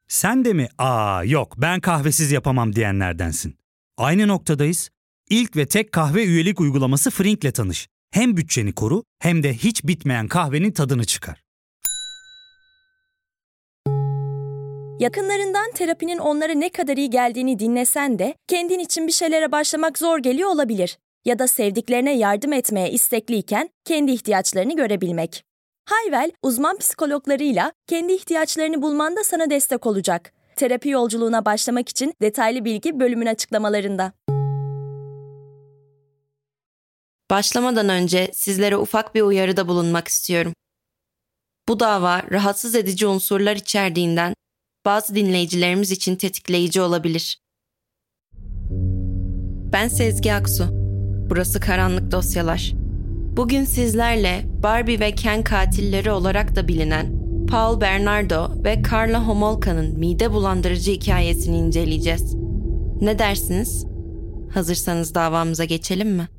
Sen de mi yok ben kahvesiz yapamam diyenlerdensin? Aynı noktadayız. İlk ve tek kahve üyelik uygulaması Frink'le tanış. Hem bütçeni koru hem de hiç bitmeyen kahvenin tadını çıkar. Yakınlarından terapinin onlara ne kadar iyi geldiğini dinlesen de kendin için bir şeylere başlamak zor geliyor olabilir. Ya da sevdiklerine yardım etmeye istekliyken kendi ihtiyaçlarını görebilmek. Hayvel, uzman psikologlarıyla kendi ihtiyaçlarını bulmanda sana destek olacak. Terapi yolculuğuna başlamak için detaylı bilgi bölümün açıklamalarında. Başlamadan önce sizlere ufak bir uyarıda bulunmak istiyorum. Bu dava rahatsız edici unsurlar içerdiğinden bazı dinleyicilerimiz için tetikleyici olabilir. Ben Sezgi Aksu. Burası Karanlık Dosyalar. Bugün sizlerle Barbie ve Ken katilleri olarak da bilinen Paul Bernardo ve Karla Homolka'nın mide bulandırıcı hikayesini inceleyeceğiz. Ne dersiniz? Hazırsanız davamıza geçelim mi?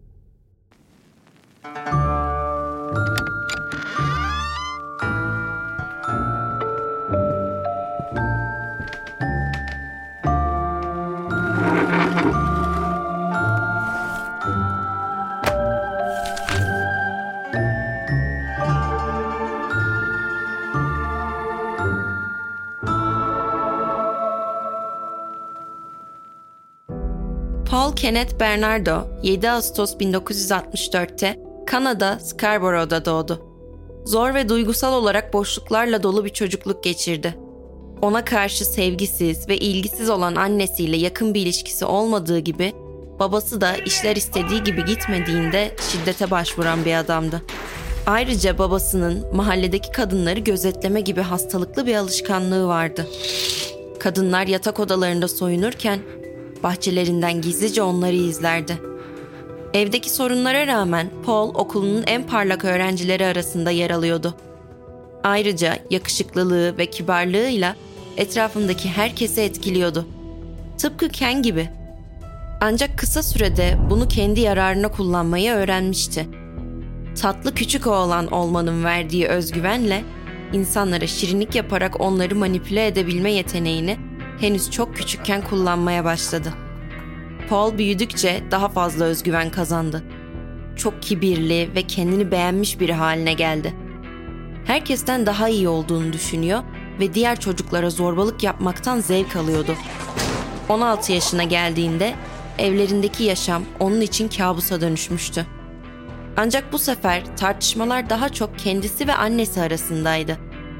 Paul Kenneth Bernardo 7 Ağustos 1964'te Kanada Scarborough'da doğdu. Zor ve duygusal olarak boşluklarla dolu bir çocukluk geçirdi. Ona karşı sevgisiz ve ilgisiz olan annesiyle yakın bir ilişkisi olmadığı gibi, babası da işler istediği gibi gitmediğinde şiddete başvuran bir adamdı. Ayrıca babasının mahalledeki kadınları gözetleme gibi hastalıklı bir alışkanlığı vardı. Kadınlar yatak odalarında soyunurken bahçelerinden gizlice onları izlerdi. Evdeki sorunlara rağmen Paul okulunun en parlak öğrencileri arasında yer alıyordu. Ayrıca yakışıklılığı ve kibarlığıyla etrafındaki herkesi etkiliyordu. Tıpkı Ken gibi. Ancak kısa sürede bunu kendi yararına kullanmayı öğrenmişti. Tatlı küçük oğlan olmanın verdiği özgüvenle insanlara şirinlik yaparak onları manipüle edebilme yeteneğini henüz çok küçükken kullanmaya başladı. Paul büyüdükçe daha fazla özgüven kazandı. Çok kibirli ve kendini beğenmiş biri haline geldi. Herkesten daha iyi olduğunu düşünüyor ve diğer çocuklara zorbalık yapmaktan zevk alıyordu. 16 yaşına geldiğinde evlerindeki yaşam onun için kabusa dönüşmüştü. Ancak bu sefer tartışmalar daha çok kendisi ve annesi arasındaydı.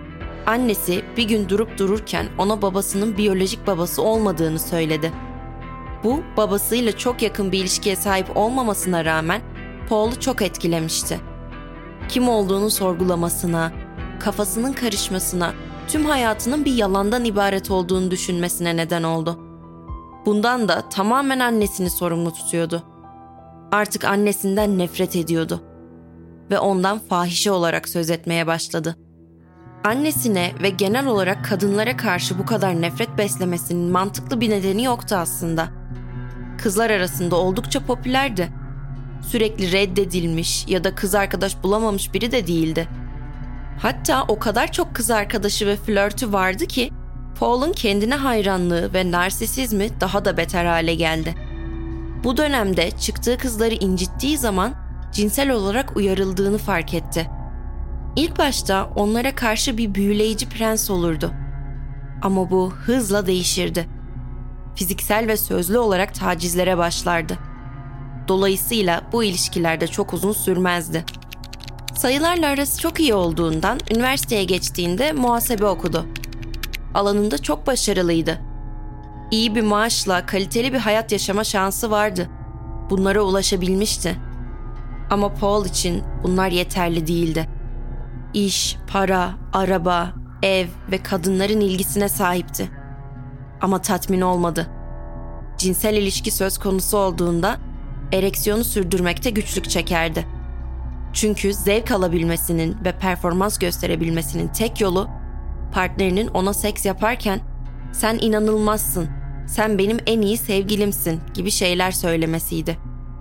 Annesi bir gün durup dururken ona babasının biyolojik babası olmadığını söyledi. Bu, babasıyla çok yakın bir ilişkiye sahip olmamasına rağmen Paul'u çok etkilemişti. Kim olduğunu sorgulamasına, kafasının karışmasına, tüm hayatının bir yalandan ibaret olduğunu düşünmesine neden oldu. Bundan da tamamen annesini sorumlu tutuyordu. Artık annesinden nefret ediyordu ve ondan fahişe olarak söz etmeye başladı. Annesine ve genel olarak kadınlara karşı bu kadar nefret beslemesinin mantıklı bir nedeni yoktu aslında. Kızlar arasında oldukça popülerdi. Sürekli reddedilmiş ya da kız arkadaş bulamamış biri de değildi. Hatta o kadar çok kız arkadaşı ve flörtü vardı ki Paul'un kendine hayranlığı ve narsisizmi daha da beter hale geldi. Bu dönemde çıktığı kızları incittiği zaman cinsel olarak uyarıldığını fark etti. İlk başta onlara karşı bir büyüleyici prens olurdu. Ama bu hızla değişirdi. Fiziksel ve sözlü olarak tacizlere başlardı. Dolayısıyla bu ilişkilerde çok uzun sürmezdi. Sayılarla arası çok iyi olduğundan üniversiteye geçtiğinde muhasebe okudu. Alanında çok başarılıydı. İyi bir maaşla kaliteli bir hayat yaşama şansı vardı. Bunlara ulaşabilmişti. Ama Paul için bunlar yeterli değildi. İş, para, araba, ev ve kadınların ilgisine sahipti. Ama tatmin olmadı. Cinsel ilişki söz konusu olduğunda ereksiyonu sürdürmekte güçlük çekerdi. Çünkü zevk alabilmesinin ve performans gösterebilmesinin tek yolu partnerinin ona seks yaparken "Sen inanılmazsın, sen benim en iyi sevgilimsin" gibi şeyler söylemesiydi.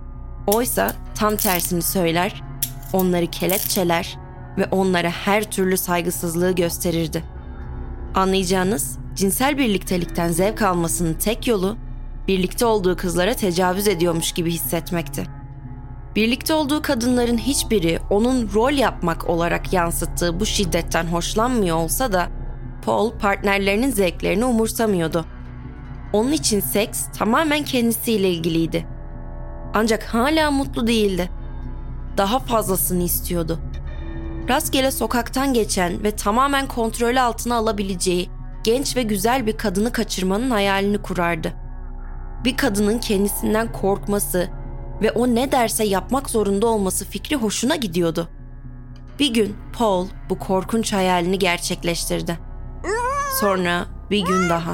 Oysa tam tersini söyler, onları kelepçeler ve onlara her türlü saygısızlığı gösterirdi. Anlayacağınız, cinsel birliktelikten zevk almasının tek yolu, birlikte olduğu kızlara tecavüz ediyormuş gibi hissetmekti. Birlikte olduğu kadınların hiçbiri onun rol yapmak olarak yansıttığı bu şiddetten hoşlanmıyor olsa da Paul partnerlerinin zevklerini umursamıyordu. Onun için seks tamamen kendisiyle ilgiliydi. Ancak hala mutlu değildi. Daha fazlasını istiyordu. Rastgele sokaktan geçen ve tamamen kontrolü altına alabileceği genç ve güzel bir kadını kaçırmanın hayalini kurardı. Bir kadının kendisinden korkması ve o ne derse yapmak zorunda olması fikri hoşuna gidiyordu. Bir gün Paul bu korkunç hayalini gerçekleştirdi. Sonra bir gün daha.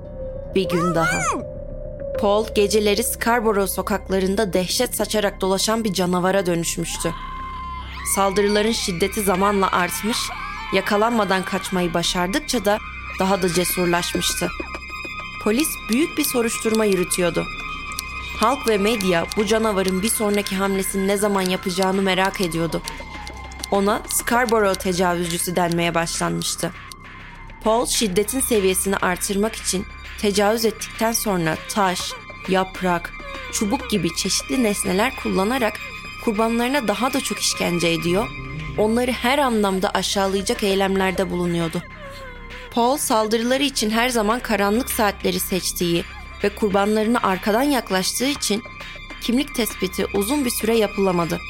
Bir gün daha. Paul geceleri Scarborough sokaklarında dehşet saçarak dolaşan bir canavara dönüşmüştü. Saldırıların şiddeti zamanla artmış, yakalanmadan kaçmayı başardıkça da daha da cesurlaşmıştı. Polis büyük bir soruşturma yürütüyordu. Halk ve medya bu canavarın bir sonraki hamlesini ne zaman yapacağını merak ediyordu. Ona Scarborough tecavüzcüsü denmeye başlanmıştı. Paul şiddetin seviyesini artırmak için tecavüz ettikten sonra taş, yaprak, çubuk gibi çeşitli nesneler kullanarak kurbanlarına daha da çok işkence ediyor, onları her anlamda aşağılayacak eylemlerde bulunuyordu. Paul saldırıları için her zaman karanlık saatleri seçtiği ve kurbanlarına arkadan yaklaştığı için kimlik tespiti uzun bir süre yapılamadı.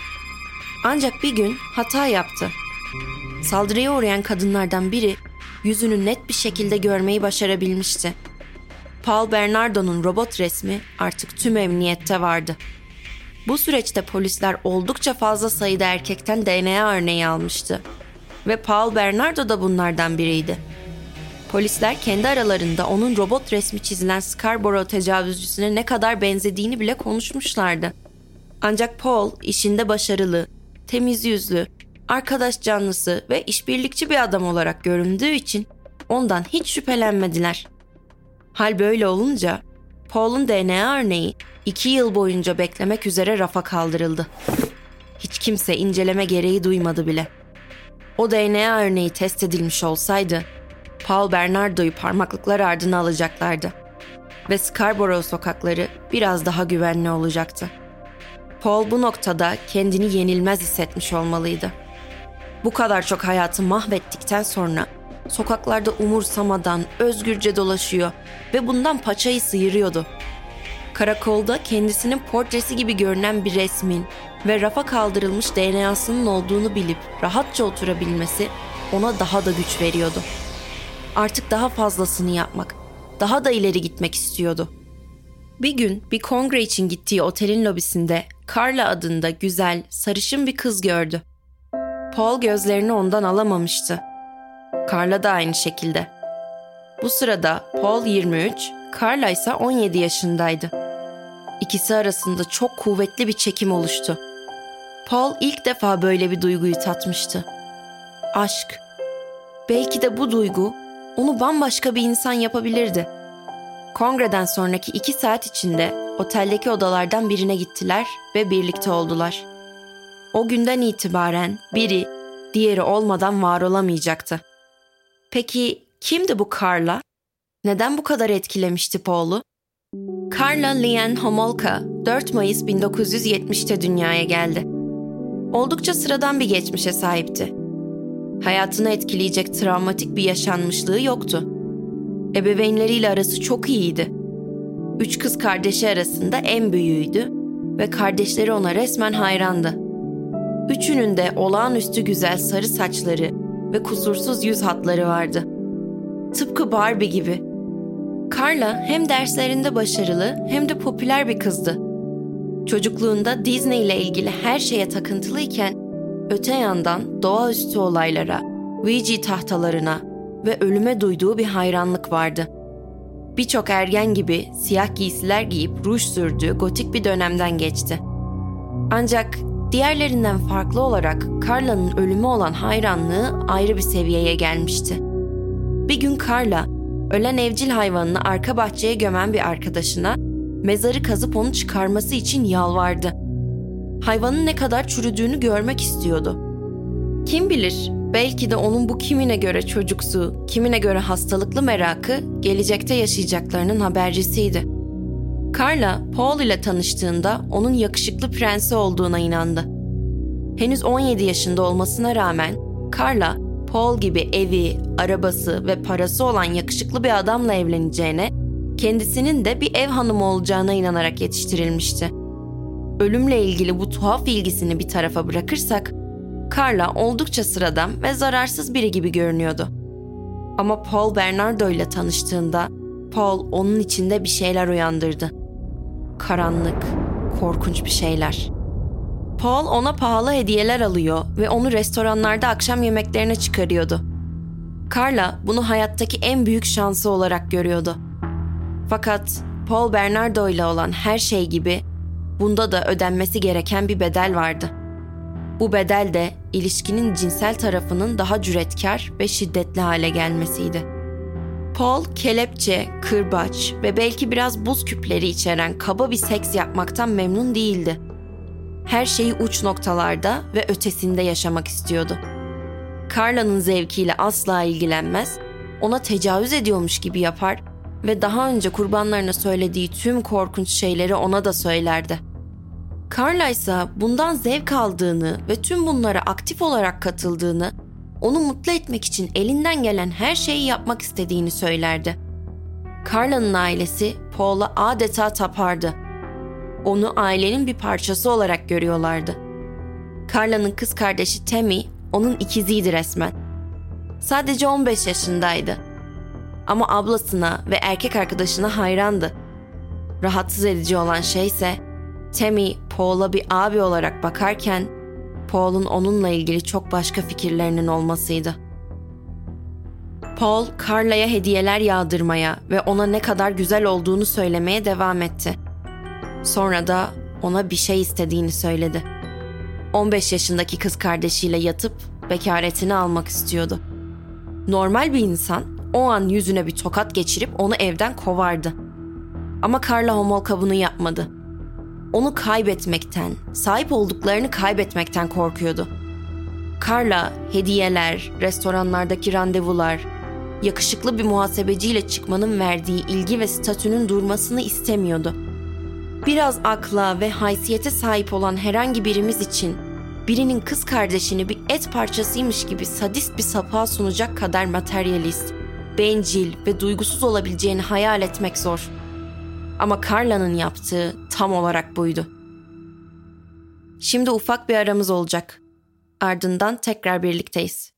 Ancak bir gün hata yaptı. Saldırıya uğrayan kadınlardan biri yüzünü net bir şekilde görmeyi başarabilmişti. Paul Bernardo'nun robot resmi artık tüm emniyette vardı. Bu süreçte polisler oldukça fazla sayıda erkekten DNA örneği almıştı. Ve Paul Bernardo da bunlardan biriydi. Polisler kendi aralarında onun robot resmi çizilen Scarborough tecavüzcüsüne ne kadar benzediğini bile konuşmuşlardı. Ancak Paul işinde başarılı, temiz yüzlü, arkadaş canlısı ve işbirlikçi bir adam olarak göründüğü için ondan hiç şüphelenmediler. Hal böyle olunca Paul'un DNA örneği 2 yıl boyunca beklemek üzere rafa kaldırıldı. Hiç kimse inceleme gereği duymadı bile. O DNA örneği test edilmiş olsaydı Paul Bernardo'yu parmaklıklar ardına alacaklardı ve Scarborough sokakları biraz daha güvenli olacaktı. Paul bu noktada kendini yenilmez hissetmiş olmalıydı. Bu kadar çok hayatı mahvettikten sonra sokaklarda umursamadan özgürce dolaşıyor ve bundan paçayı sıyırıyordu. Karakolda kendisinin portresi gibi görünen bir resmin ve rafa kaldırılmış DNA'sının olduğunu bilip rahatça oturabilmesi ona daha da güç veriyordu. Artık daha fazlasını yapmak, daha da ileri gitmek istiyordu. Bir gün bir kongre için gittiği otelin lobisinde Carla adında güzel, sarışın bir kız gördü. Paul gözlerini ondan alamamıştı. Carla da aynı şekilde. Bu sırada Paul 23, Carla ise 17 yaşındaydı. İkisi arasında çok kuvvetli bir çekim oluştu. Paul ilk defa böyle bir duyguyu tatmıştı. Aşk. Belki de bu duygu onu bambaşka bir insan yapabilirdi. Kongreden sonraki 2 saat içinde oteldeki odalardan birine gittiler ve birlikte oldular. O günden itibaren biri diğeri olmadan var olamayacaktı. Peki kimdi bu Carla? Neden bu kadar etkilemişti Paul'u? Carla Liane Homolka 4 Mayıs 1970'te dünyaya geldi. Oldukça sıradan bir geçmişe sahipti. Hayatını etkileyecek travmatik bir yaşanmışlığı yoktu. Ebeveynleriyle arası çok iyiydi. 3 kız kardeşi arasında en büyüğüydü ve kardeşleri ona resmen hayrandı. Üçünün de olağanüstü güzel sarı saçları ve kusursuz yüz hatları vardı. Tıpkı Barbie gibi. Carla hem derslerinde başarılı hem de popüler bir kızdı. Çocukluğunda Disney ile ilgili her şeye takıntılıyken, öte yandan doğaüstü olaylara, Ouija tahtalarına ve ölüme duyduğu bir hayranlık vardı. Birçok ergen gibi siyah giysiler giyip ruj sürdüğü gotik bir dönemden geçti. Ancak diğerlerinden farklı olarak Carla'nın ölüme olan hayranlığı ayrı bir seviyeye gelmişti. Bir gün Carla, ölen evcil hayvanını arka bahçeye gömen bir arkadaşına mezarı kazıp onu çıkarması için yalvardı. Hayvanın ne kadar çürüdüğünü görmek istiyordu. Kim bilir, belki de onun bu kimine göre çocuksu, kimine göre hastalıklı merakı gelecekte yaşayacaklarının habercisiydi. Carla, Paul ile tanıştığında onun yakışıklı prensi olduğuna inandı. Henüz 17 yaşında olmasına rağmen Carla, Paul gibi evi, arabası ve parası olan yakışıklı bir adamla evleneceğine, kendisinin de bir ev hanımı olacağına inanarak yetiştirilmişti. Ölümle ilgili bu tuhaf ilgisini bir tarafa bırakırsak, Carla oldukça sıradan ve zararsız biri gibi görünüyordu. Ama Paul Bernardo ile tanıştığında, Paul onun içinde bir şeyler uyandırdı. Karanlık, korkunç bir şeyler. Paul ona pahalı hediyeler alıyor ve onu restoranlarda akşam yemeklerine çıkarıyordu. Carla bunu hayattaki en büyük şansı olarak görüyordu. Fakat Paul Bernardo ile olan her şey gibi bunda da ödenmesi gereken bir bedel vardı. Bu bedel de ilişkinin cinsel tarafının daha cüretkar ve şiddetli hale gelmesiydi. Paul, kelepçe, kırbaç ve belki biraz buz küpleri içeren kaba bir seks yapmaktan memnun değildi. Her şeyi uç noktalarda ve ötesinde yaşamak istiyordu. Carla'nın zevkiyle asla ilgilenmez, ona tecavüz ediyormuş gibi yapar ve daha önce kurbanlarına söylediği tüm korkunç şeyleri ona da söylerdi. Carla ise bundan zevk aldığını ve tüm bunlara aktif olarak katıldığını, onu mutlu etmek için elinden gelen her şeyi yapmak istediğini söylerdi. Carla'nın ailesi Paul'a adeta tapardı. Onu ailenin bir parçası olarak görüyorlardı. Carla'nın kız kardeşi Tammy, onun ikiziydi resmen. Sadece 15 yaşındaydı. Ama ablasına ve erkek arkadaşına hayrandı. Rahatsız edici olan şey ise Tammy, Paul'a bir abi olarak bakarken, Paul'un onunla ilgili çok başka fikirlerinin olmasıydı. Paul, Carla'ya hediyeler yağdırmaya ve ona ne kadar güzel olduğunu söylemeye devam etti. Sonra da ona bir şey istediğini söyledi. 15 yaşındaki kız kardeşiyle yatıp bekaretini almak istiyordu. Normal bir insan o an yüzüne bir tokat geçirip onu evden kovardı. Ama Carla Homolka bunu yapmadı. Onu kaybetmekten, sahip olduklarını kaybetmekten korkuyordu. Carla, hediyeler, restoranlardaki randevular, yakışıklı bir muhasebeciyle çıkmanın verdiği ilgi ve statünün durmasını istemiyordu. Biraz akla ve haysiyete sahip olan herhangi birimiz için birinin kız kardeşini bir et parçasıymış gibi sadist bir sapığa sunacak kadar materyalist, bencil ve duygusuz olabileceğini hayal etmek zor. Ama Carla'nın yaptığı tam olarak buydu. Şimdi ufak bir aramız olacak. Ardından tekrar birlikteyiz.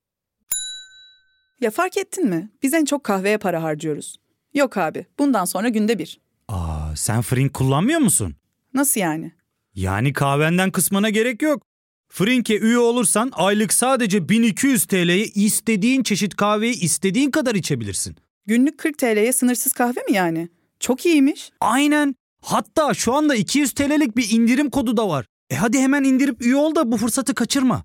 Ya fark ettin mi? Biz en çok kahveye para harcıyoruz. Yok abi, bundan sonra günde bir. Sen Frink kullanmıyor musun? Nasıl yani? Yani kahvenden kısmına gerek yok. Frink'e üye olursan aylık sadece 1200 TL'ye istediğin çeşit kahveyi istediğin kadar içebilirsin. Günlük 40 TL'ye sınırsız kahve mi yani? Çok iyiymiş. Aynen. Hatta şu anda 200 TL'lik bir indirim kodu da var. Hadi hemen indirip üye ol da bu fırsatı kaçırma.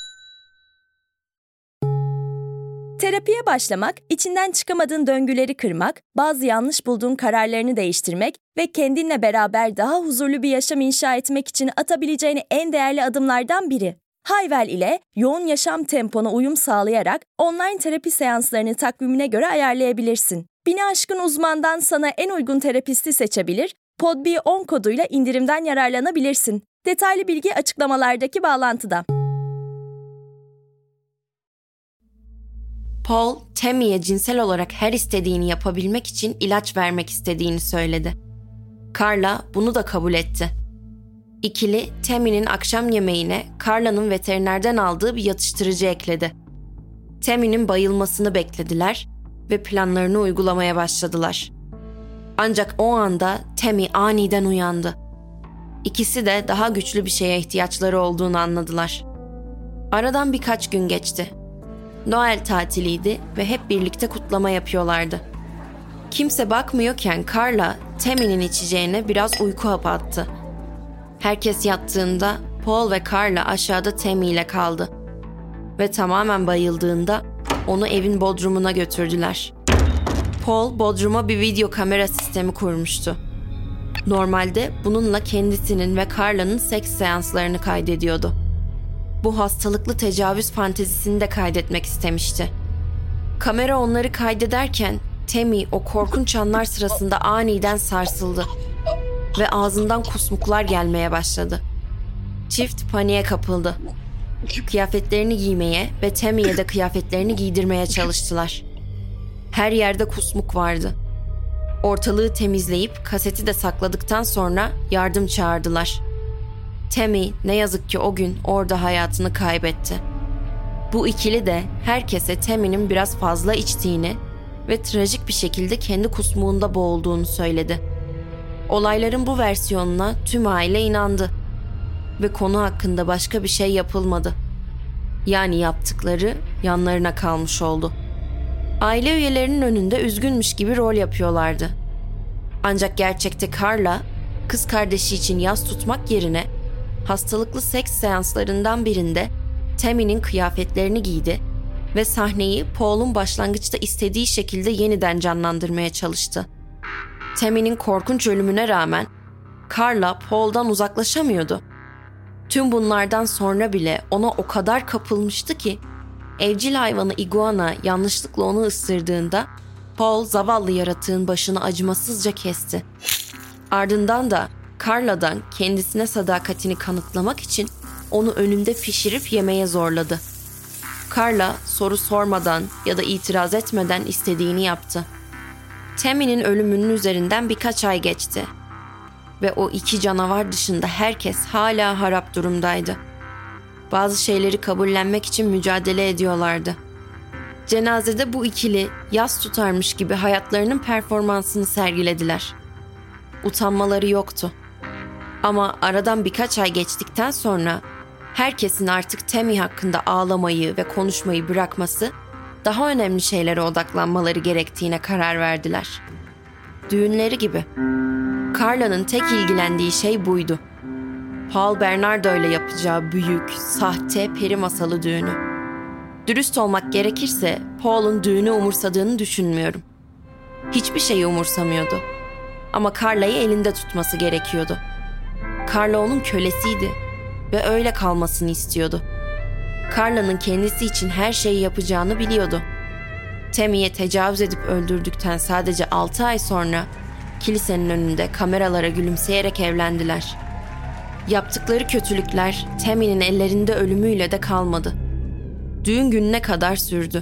Terapiye başlamak, içinden çıkamadığın döngüleri kırmak, bazı yanlış bulduğun kararlarını değiştirmek ve kendinle beraber daha huzurlu bir yaşam inşa etmek için atabileceğin en değerli adımlardan biri. Hayvel ile yoğun yaşam tempona uyum sağlayarak online terapi seanslarını takvimine göre ayarlayabilirsin. 1000'i aşkın uzmandan sana en uygun terapisti seçebilir, PodB10 koduyla indirimden yararlanabilirsin. Detaylı bilgi açıklamalardaki bağlantıda. Paul, Tammy'ye cinsel olarak her istediğini yapabilmek için ilaç vermek istediğini söyledi. Carla bunu da kabul etti. İkili, Tammy'nin akşam yemeğine Carla'nın veterinerden aldığı bir yatıştırıcı ekledi. Tammy'nin bayılmasını beklediler ve planlarını uygulamaya başladılar. Ancak o anda Tammy aniden uyandı. İkisi de daha güçlü bir şeye ihtiyaçları olduğunu anladılar. Aradan birkaç gün geçti. Noel tatiliydi ve hep birlikte kutlama yapıyorlardı. Kimse bakmıyorken Carla, Tammy'nin içeceğine biraz uyku hapı attı. Herkes yattığında Paul ve Carla aşağıda Tammy ile kaldı. Ve tamamen bayıldığında onu evin bodrumuna götürdüler. Paul, bodruma bir video kamera sistemi kurmuştu. Normalde bununla kendisinin ve Carla'nın seks seanslarını kaydediyordu. bu hastalıklı tecavüz fantezisini de kaydetmek istemişti. Kamera onları kaydederken Tammy o korkunç anlar sırasında aniden sarsıldı ve ağzından kusmuklar gelmeye başladı. Çift paniğe kapıldı. Kıyafetlerini giymeye ve Tammy'ye de kıyafetlerini giydirmeye çalıştılar. Her yerde kusmuk vardı. Ortalığı temizleyip kaseti de sakladıktan sonra yardım çağırdılar. Tammy ne yazık ki o gün orada hayatını kaybetti. Bu ikili de herkese Tammy'nin biraz fazla içtiğini ve trajik bir şekilde kendi kusmuğunda boğulduğunu söyledi. Olayların bu versiyonuna tüm aile inandı ve konu hakkında başka bir şey yapılmadı. Yani yaptıkları yanlarına kalmış oldu. Aile üyelerinin önünde üzgünmüş gibi rol yapıyorlardı. Ancak gerçekte Carla, kız kardeşi için yas tutmak yerine hastalıklı seks seanslarından birinde Tammy'nin kıyafetlerini giydi ve sahneyi Paul'un başlangıçta istediği şekilde yeniden canlandırmaya çalıştı. Tammy'nin korkunç ölümüne rağmen Carla Paul'dan uzaklaşamıyordu. Tüm bunlardan sonra bile ona o kadar kapılmıştı ki evcil hayvanı iguana yanlışlıkla onu ısırdığında Paul zavallı yaratığın başını acımasızca kesti. Ardından da Carla'dan kendisine sadakatini kanıtlamak için onu önünde pişirip yemeye zorladı. Carla soru sormadan ya da itiraz etmeden istediğini yaptı. Tammy'nin ölümünün üzerinden birkaç ay geçti ve o iki canavar dışında herkes hala harap durumdaydı. Bazı şeyleri kabullenmek için mücadele ediyorlardı. Cenazede bu ikili yas tutarmış gibi hayatlarının performansını sergilediler. Utanmaları yoktu. Ama aradan birkaç ay geçtikten sonra herkesin artık Tammy hakkında ağlamayı ve konuşmayı bırakması, daha önemli şeylere odaklanmaları gerektiğine karar verdiler. Düğünleri gibi. Carla'nın tek ilgilendiği şey buydu. Paul Bernardo ile yapacağı büyük, sahte peri masalı düğünü. Dürüst olmak gerekirse Paul'un düğünü umursadığını düşünmüyorum. Hiçbir şeyi umursamıyordu. Ama Carla'yı elinde tutması gerekiyordu. Carla onun kölesiydi ve öyle kalmasını istiyordu. Carla'nın kendisi için her şeyi yapacağını biliyordu. Tammy'ye tecavüz edip öldürdükten sadece 6 ay sonra kilisenin önünde kameralara gülümseyerek evlendiler. Yaptıkları kötülükler Tammy'nin ellerinde ölümüyle de kalmadı. Düğün gününe kadar sürdü.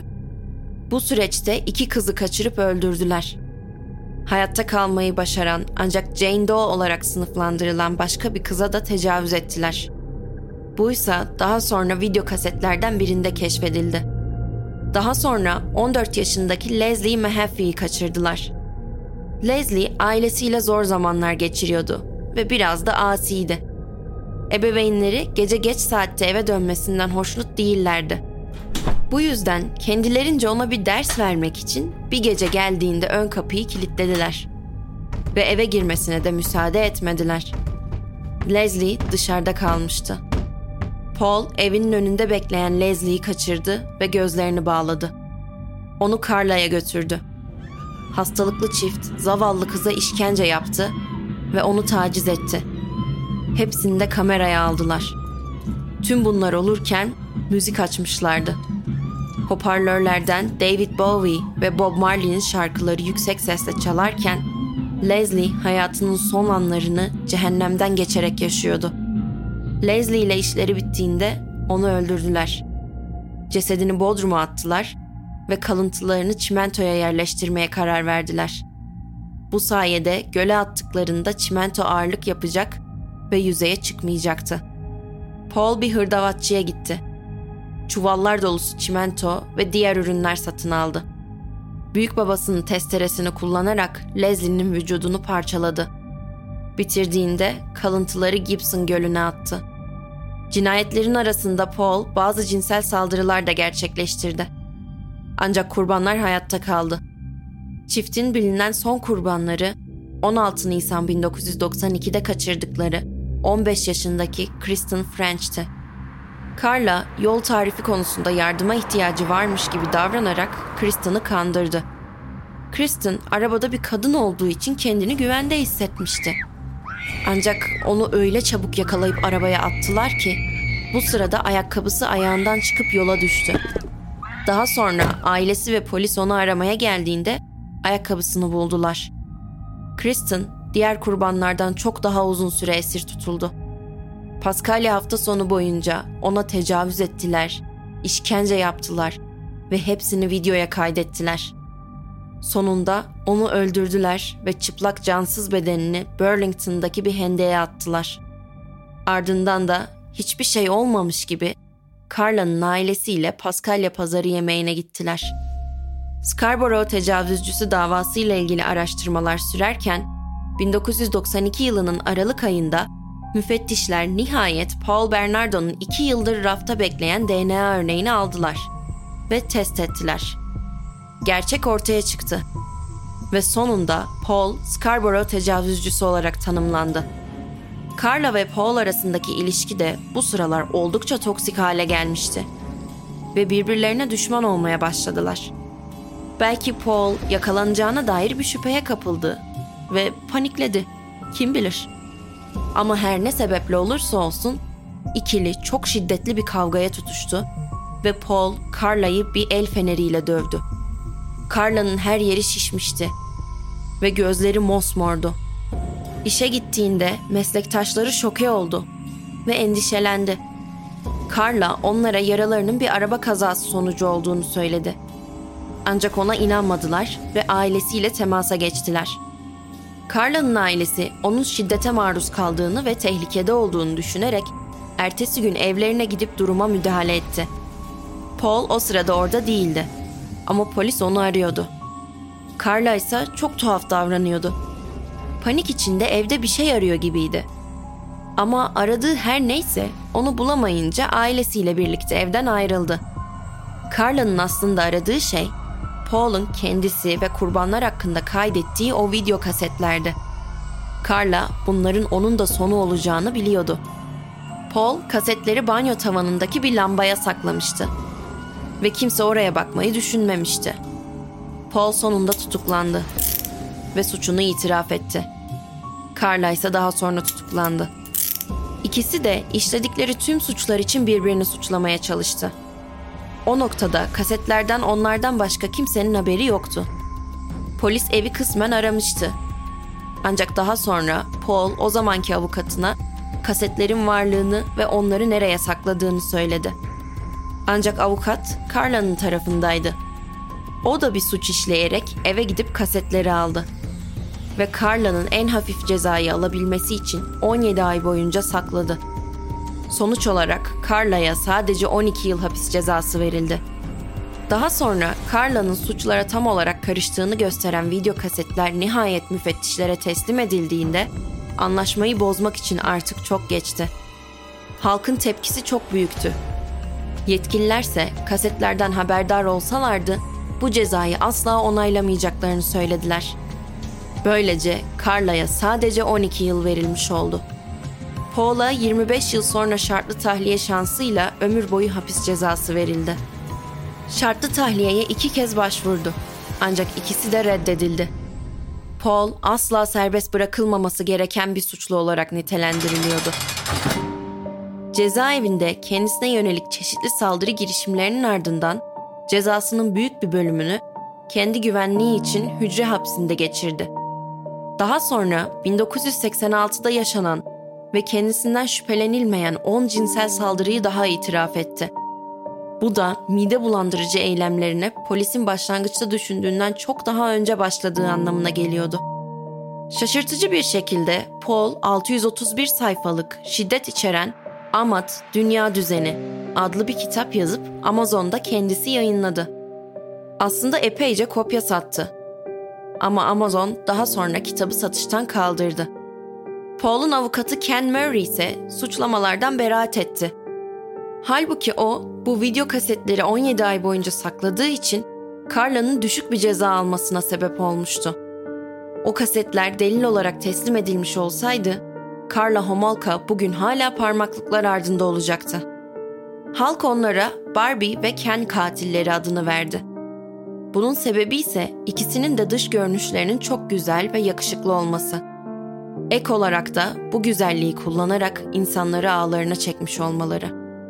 Bu süreçte 2 kızı kaçırıp öldürdüler. Hayatta kalmayı başaran ancak Jane Doe olarak sınıflandırılan başka bir kıza da tecavüz ettiler. Buysa daha sonra video kasetlerden birinde keşfedildi. Daha sonra 14 yaşındaki Leslie Mahaffey'i kaçırdılar. Leslie ailesiyle zor zamanlar geçiriyordu ve biraz da asiydi. Ebeveynleri gece geç saatte eve dönmesinden hoşnut değillerdi. Bu yüzden kendilerince ona bir ders vermek için bir gece geldiğinde ön kapıyı kilitlediler. Ve eve girmesine de müsaade etmediler. Leslie dışarıda kalmıştı. Paul evinin önünde bekleyen Leslie'yi kaçırdı ve gözlerini bağladı. Onu Carla'ya götürdü. Hastalıklı çift zavallı kıza işkence yaptı ve onu taciz etti. Hepsini de kameraya aldılar. Tüm bunlar olurken müzik açmışlardı. Hoparlörlerden David Bowie ve Bob Marley'nin şarkıları yüksek sesle çalarken Leslie hayatının son anlarını cehennemden geçerek yaşıyordu. Leslie ile işleri bittiğinde onu öldürdüler. Cesedini Bodrum'a attılar ve kalıntılarını çimentoya yerleştirmeye karar verdiler. Bu sayede göle attıklarında çimento ağırlık yapacak ve yüzeye çıkmayacaktı. Paul bir hırdavatçıya gitti. Çuvallar dolusu çimento ve diğer ürünler satın aldı. Büyük babasının testeresini kullanarak Leslie'nin vücudunu parçaladı. Bitirdiğinde kalıntıları Gibson Gölü'ne attı. Cinayetlerin arasında Paul bazı cinsel saldırılar da gerçekleştirdi. Ancak kurbanlar hayatta kaldı. Çiftin bilinen son kurbanları 16 Nisan 1992'de kaçırdıkları 15 yaşındaki Kristen French'ti. Carla yol tarifi konusunda yardıma ihtiyacı varmış gibi davranarak Kristen'ı kandırdı. Kristen arabada bir kadın olduğu için kendini güvende hissetmişti. Ancak onu öyle çabuk yakalayıp arabaya attılar ki Bu sırada ayakkabısı ayağından çıkıp yola düştü. Daha sonra ailesi ve polis onu aramaya geldiğinde ayakkabısını buldular. Kristen diğer kurbanlardan çok daha uzun süre esir tutuldu. Paskalya hafta sonu boyunca ona tecavüz ettiler, işkence yaptılar ve hepsini videoya kaydettiler. Sonunda onu öldürdüler ve çıplak cansız bedenini Burlington'daki bir hendeğe attılar. Ardından da hiçbir şey olmamış gibi Karla'nın ailesiyle Paskalya pazarı yemeğine gittiler. Scarborough tecavüzcüsü davasıyla ilgili araştırmalar sürerken 1992 yılının Aralık ayında müfettişler nihayet Paul Bernardo'nun 2 yıldır rafta bekleyen DNA örneğini aldılar ve test ettiler. Gerçek ortaya çıktı ve sonunda Paul Scarborough tecavüzcüsü olarak tanımlandı. Karla ve Paul arasındaki ilişki de bu sıralar oldukça toksik hale gelmişti ve birbirlerine düşman olmaya başladılar. Belki Paul yakalanacağına dair bir şüpheye kapıldı ve panikledi. Kim bilir? Ama her ne sebeple olursa olsun ikili çok şiddetli bir kavgaya tutuştu ve Paul Karla'yı bir el feneriyle dövdü. Karla'nın her yeri şişmişti ve gözleri mosmordu. İşe gittiğinde meslektaşları şoke oldu ve endişelendi. Karla onlara yaralarının bir araba kazası sonucu olduğunu söyledi. Ancak ona inanmadılar ve ailesiyle temasa geçtiler. Karla'nın ailesi onun şiddete maruz kaldığını ve tehlikede olduğunu düşünerek ertesi gün evlerine gidip duruma müdahale etti. Paul o sırada orada değildi ama polis onu arıyordu. Karla ise çok tuhaf davranıyordu. Panik içinde evde bir şey arıyor gibiydi. Ama aradığı her neyse onu bulamayınca ailesiyle birlikte evden ayrıldı. Karla'nın aslında aradığı şey Paul'un kendisi ve kurbanlar hakkında kaydettiği o video kasetlerdi. Karla bunların onun da sonu olacağını biliyordu. Paul kasetleri banyo tavanındaki bir lambaya saklamıştı ve kimse oraya bakmayı düşünmemişti. Paul sonunda tutuklandı ve suçunu itiraf etti. Karla ise daha sonra tutuklandı. İkisi de işledikleri tüm suçlar için birbirini suçlamaya çalıştı. O noktada kasetlerden onlardan başka kimsenin haberi yoktu. Polis evi kısmen aramıştı. Ancak daha sonra Paul o zamanki avukatına kasetlerin varlığını ve onları nereye sakladığını söyledi. Ancak avukat Karla'nın tarafındaydı. O da bir suç işleyerek eve gidip kasetleri aldı. Ve Karla'nın en hafif cezayı alabilmesi için 17 ay boyunca sakladı. Sonuç olarak Karla'ya sadece 12 yıl hapis cezası verildi. Daha sonra Karla'nın suçlara tam olarak karıştığını gösteren video kasetler nihayet müfettişlere teslim edildiğinde anlaşmayı bozmak için artık çok geçti. Halkın tepkisi çok büyüktü. Yetkililerse kasetlerden haberdar olsalardı bu cezayı asla onaylamayacaklarını söylediler. Böylece Karla'ya sadece 12 yıl verilmiş oldu. Paul'a 25 yıl sonra şartlı tahliye şansıyla ömür boyu hapis cezası verildi. Şartlı tahliyeye 2 kez başvurdu. Ancak ikisi de reddedildi. Paul asla serbest bırakılmaması gereken bir suçlu olarak nitelendiriliyordu. Cezaevinde kendisine yönelik çeşitli saldırı girişimlerinin ardından cezasının büyük bir bölümünü kendi güvenliği için hücre hapsinde geçirdi. Daha sonra 1986'da yaşanan ve kendisinden şüphelenilmeyen 10 cinsel saldırıyı daha itiraf etti. Bu da mide bulandırıcı eylemlerine polisin başlangıçta düşündüğünden çok daha önce başladığı anlamına geliyordu. Şaşırtıcı bir şekilde Paul 631 sayfalık şiddet içeren Amat Dünya Düzeni adlı bir kitap yazıp Amazon'da kendisi yayınladı. Aslında epeyce kopya sattı. Ama Amazon daha sonra kitabı satıştan kaldırdı. Paul'un avukatı Ken Murray ise suçlamalardan beraat etti. Halbuki o, bu video kasetleri 17 ay boyunca sakladığı için Karla'nın düşük bir ceza almasına sebep olmuştu. O kasetler delil olarak teslim edilmiş olsaydı, Karla Homolka bugün hala parmaklıklar ardında olacaktı. Halk onlara Barbie ve Ken katilleri adını verdi. Bunun sebebi ise ikisinin de dış görünüşlerinin çok güzel ve yakışıklı olması. Ek olarak da bu güzelliği kullanarak insanları ağlarına çekmiş olmaları.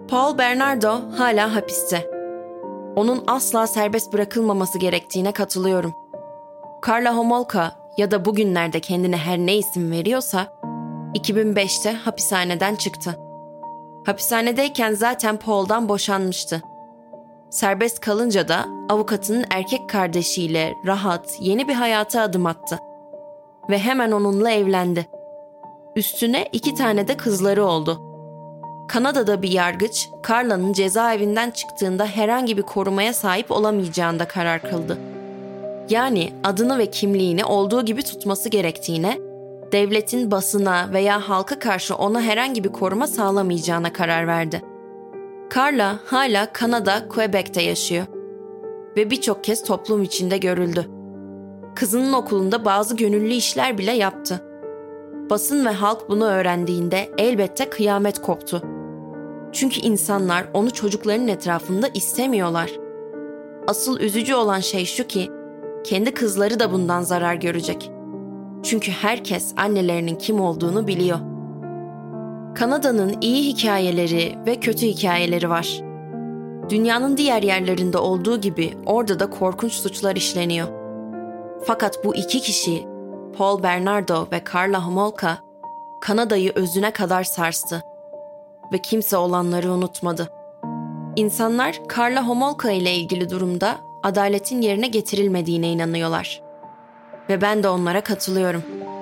Paul Bernardo hala hapiste. Onun asla serbest bırakılmaması gerektiğine katılıyorum. Karla Homolka ya da bugünlerde kendine her ne isim veriyorsa 2005'te hapishaneden çıktı. Hapishanedeyken zaten Paul'dan boşanmıştı. Serbest kalınca da avukatının erkek kardeşiyle rahat, yeni bir hayata adım attı. Ve hemen onunla evlendi. Üstüne 2 tane de kızları oldu. Kanada'da bir yargıç, Karla'nın cezaevinden çıktığında herhangi bir korumaya sahip olamayacağında karar kıldı. Yani adını ve kimliğini olduğu gibi tutması gerektiğine, devletin basına veya halka karşı ona herhangi bir koruma sağlamayacağına karar verdi. Karla hala Kanada, Quebec'te yaşıyor ve birçok kez toplum içinde görüldü. Kızının okulunda bazı gönüllü işler bile yaptı. Basın ve halk bunu öğrendiğinde elbette kıyamet koptu. Çünkü insanlar onu çocuklarının etrafında istemiyorlar. Asıl üzücü olan şey şu ki, kendi kızları da bundan zarar görecek. Çünkü herkes annelerinin kim olduğunu biliyor. Kanada'nın iyi hikayeleri ve kötü hikayeleri var. Dünyanın diğer yerlerinde olduğu gibi orada da korkunç suçlar işleniyor. Fakat bu 2 kişi, Paul Bernardo ve Karla Homolka, Kanada'yı özüne kadar sarstı. Ve kimse olanları unutmadı. İnsanlar Karla Homolka ile ilgili durumda adaletin yerine getirilmediğine inanıyorlar. Ve ben de onlara katılıyorum.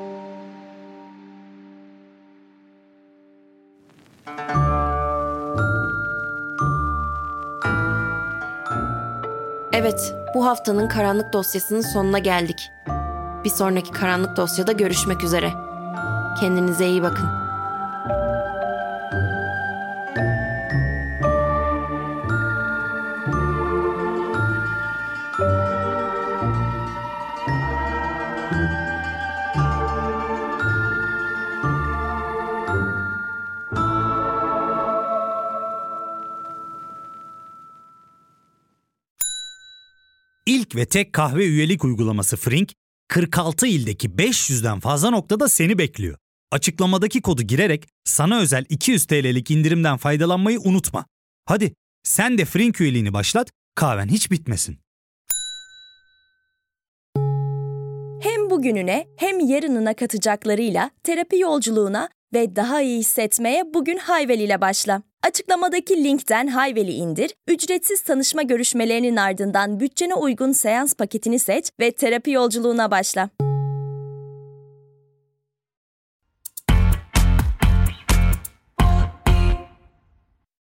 Evet, bu haftanın karanlık dosyasının sonuna geldik. Bir sonraki karanlık dosyada görüşmek üzere. Kendinize iyi bakın. İlk ve tek kahve üyelik uygulaması Frink, 46 ildeki 500'den fazla noktada seni bekliyor. Açıklamadaki kodu girerek sana özel 200 TL'lik indirimden faydalanmayı unutma. Hadi sen de Frink üyeliğini başlat, kahven hiç bitmesin. Hem bugününe hem yarınına katacaklarıyla terapi yolculuğuna ve daha iyi hissetmeye bugün Hayvel ile başla. Açıklamadaki linkten Hayvel'i indir, ücretsiz tanışma görüşmelerinin ardından bütçene uygun seans paketini seç ve terapi yolculuğuna başla.